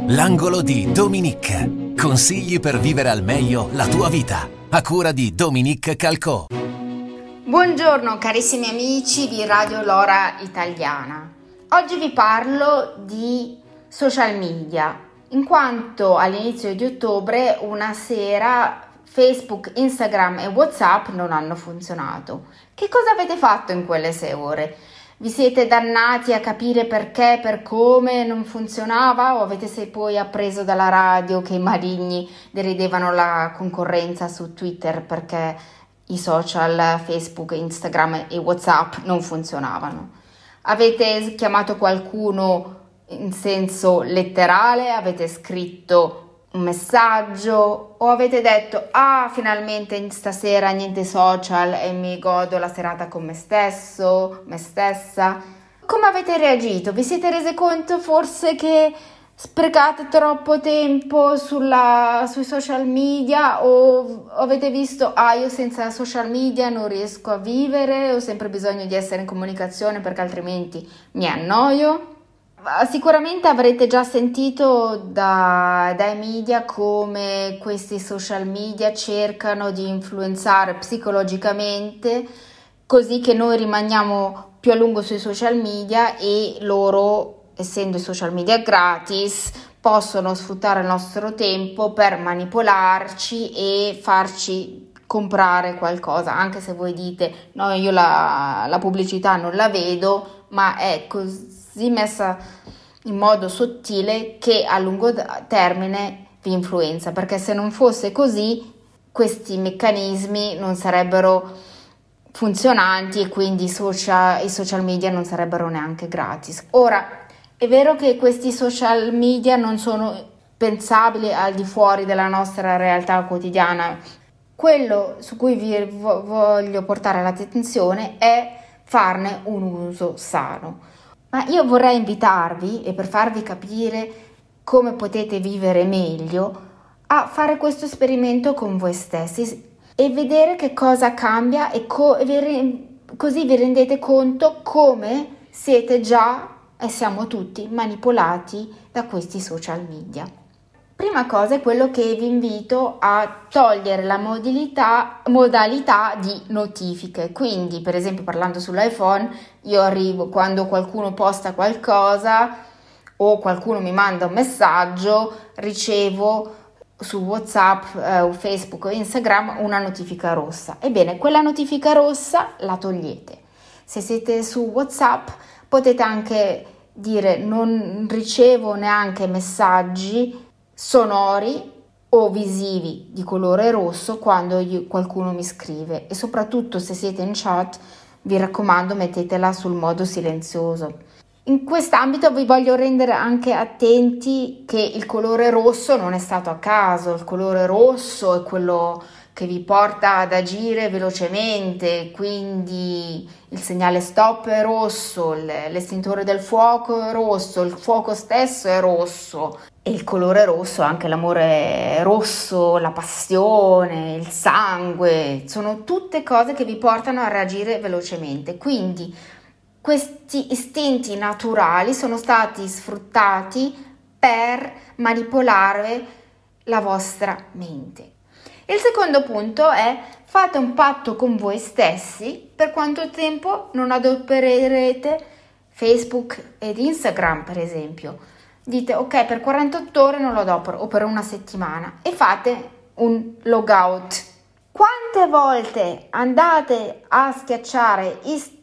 L'angolo di Dominique. Consigli per vivere al meglio la tua vita. A cura di Dominique Calcò. Buongiorno carissimi amici di Radio L'Ora Italiana. Oggi vi parlo di social media, in quanto all'inizio di ottobre una sera Facebook, Instagram e WhatsApp non hanno funzionato. Che cosa avete fatto in quelle 6 ore? Vi siete dannati a capire perché, per come non funzionava, o avete poi appreso dalla radio che i maligni deridevano la concorrenza su Twitter perché i social Facebook, Instagram e WhatsApp non funzionavano? Avete chiamato qualcuno in senso letterale? Avete scritto un messaggio o avete detto finalmente stasera niente social e mi godo la serata con me stesso, me stessa? Come avete reagito? Vi siete resi conto forse che sprecate troppo tempo sui social media, o avete visto io senza social media non riesco a vivere, ho sempre bisogno di essere in comunicazione perché altrimenti mi annoio? Sicuramente avrete già sentito dai media come questi social media cercano di influenzare psicologicamente, così che noi rimaniamo più a lungo sui social media e loro, essendo i social media gratis, possono sfruttare il nostro tempo per manipolarci e farci comprare qualcosa, anche se voi dite no, io la pubblicità non la vedo, ma è così messa in modo sottile che a lungo termine vi influenza, perché se non fosse così questi meccanismi non sarebbero funzionanti e quindi i social media non sarebbero neanche gratis. Ora, è vero che questi social media non sono pensabili al di fuori della nostra realtà quotidiana. Quello su cui vi voglio portare l'attenzione è farne un uso sano. Ma io vorrei invitarvi, e per farvi capire come potete vivere meglio, a fare questo esperimento con voi stessi e vedere che cosa cambia e così vi rendete conto come siete già e siamo tutti manipolati da questi social media. Prima cosa è quello che vi invito a togliere la modalità di notifiche. Quindi, per esempio, parlando sull'iPhone, io arrivo quando qualcuno posta qualcosa o qualcuno mi manda un messaggio, ricevo su WhatsApp, o Facebook o Instagram una notifica rossa. Ebbene, quella notifica rossa la togliete. Se siete su WhatsApp potete anche dire non ricevo neanche messaggi sonori o visivi di colore rosso quando qualcuno mi scrive, e soprattutto se siete in chat vi raccomando mettetela sul modo silenzioso. In quest'ambito vi voglio rendere anche attenti che il colore rosso non è stato a caso. Il colore rosso è quello che vi porta ad agire velocemente, quindi il segnale stop è rosso, l'estintore del fuoco è rosso, il fuoco stesso è rosso. E il colore rosso, anche l'amore rosso, la passione, il sangue, sono tutte cose che vi portano a reagire velocemente. Quindi questi istinti naturali sono stati sfruttati per manipolare la vostra mente. Il secondo punto è: fate un patto con voi stessi per quanto tempo non adopererete Facebook ed Instagram, per esempio. Dite ok, per 48 ore non lo adopero, o per una settimana, e fate un logout. Quante volte andate a schiacciare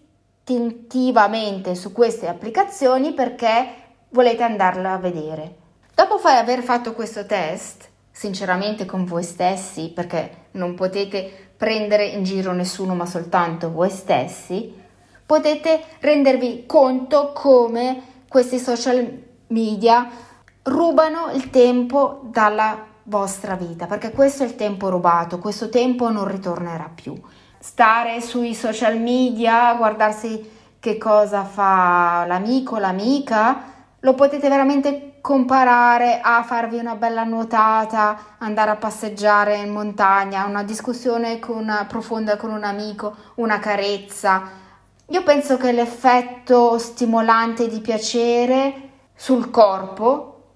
istintivamente su queste applicazioni perché volete andarla a vedere? Dopo aver fatto questo test, sinceramente con voi stessi, perché non potete prendere in giro nessuno ma soltanto voi stessi, potete rendervi conto come questi social media rubano il tempo dalla vostra vita, perché questo è il tempo rubato, questo tempo non ritornerà più. Stare sui social media, guardarsi che cosa fa l'amico, l'amica, lo potete veramente comparare a farvi una bella nuotata, andare a passeggiare in montagna, una discussione profonda con un amico, una carezza. Io penso che l'effetto stimolante di piacere sul corpo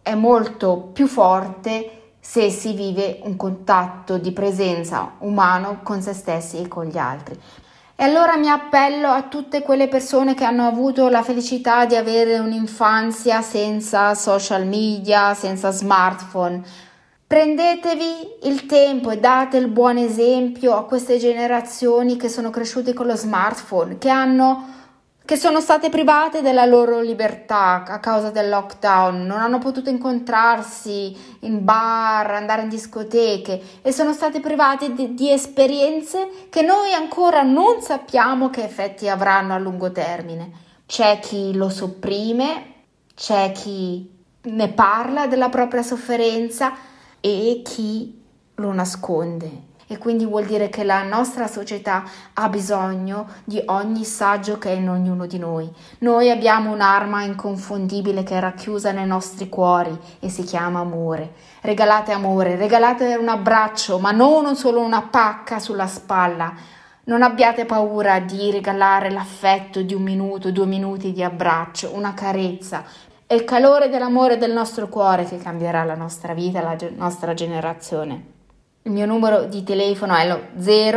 è molto più forte se si vive un contatto di presenza umano con se stessi e con gli altri. E allora mi appello a tutte quelle persone che hanno avuto la felicità di avere un'infanzia senza social media, senza smartphone. Prendetevi il tempo e date il buon esempio a queste generazioni che sono cresciute con lo smartphone, che sono state private della loro libertà a causa del lockdown, non hanno potuto incontrarsi in bar, andare in discoteche e sono state private di esperienze che noi ancora non sappiamo che effetti avranno a lungo termine. C'è chi lo sopprime, c'è chi ne parla della propria sofferenza e chi lo nasconde. E quindi vuol dire che la nostra società ha bisogno di ogni saggio che è in ognuno di noi. Noi abbiamo un'arma inconfondibile che è racchiusa nei nostri cuori e si chiama amore. Regalate amore, regalate un abbraccio, ma non solo una pacca sulla spalla. Non abbiate paura di regalare l'affetto di 1 minuto, 2 minuti di abbraccio, una carezza. È il calore dell'amore del nostro cuore che cambierà la nostra vita, la nostra generazione. Il mio numero di telefono è lo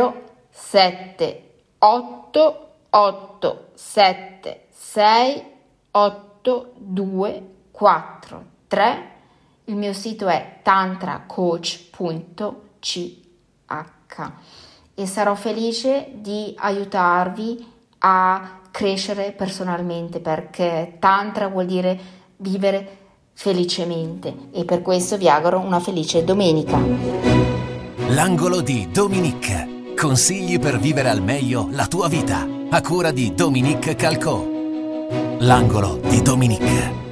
078876824. Il mio sito è tantracoach.ch e sarò felice di aiutarvi a crescere personalmente, perché tantra vuol dire vivere felicemente e per questo vi auguro una felice domenica. L'angolo di Dominique. Consigli per vivere al meglio la tua vita. A cura di Dominique Calcò. L'angolo di Dominique.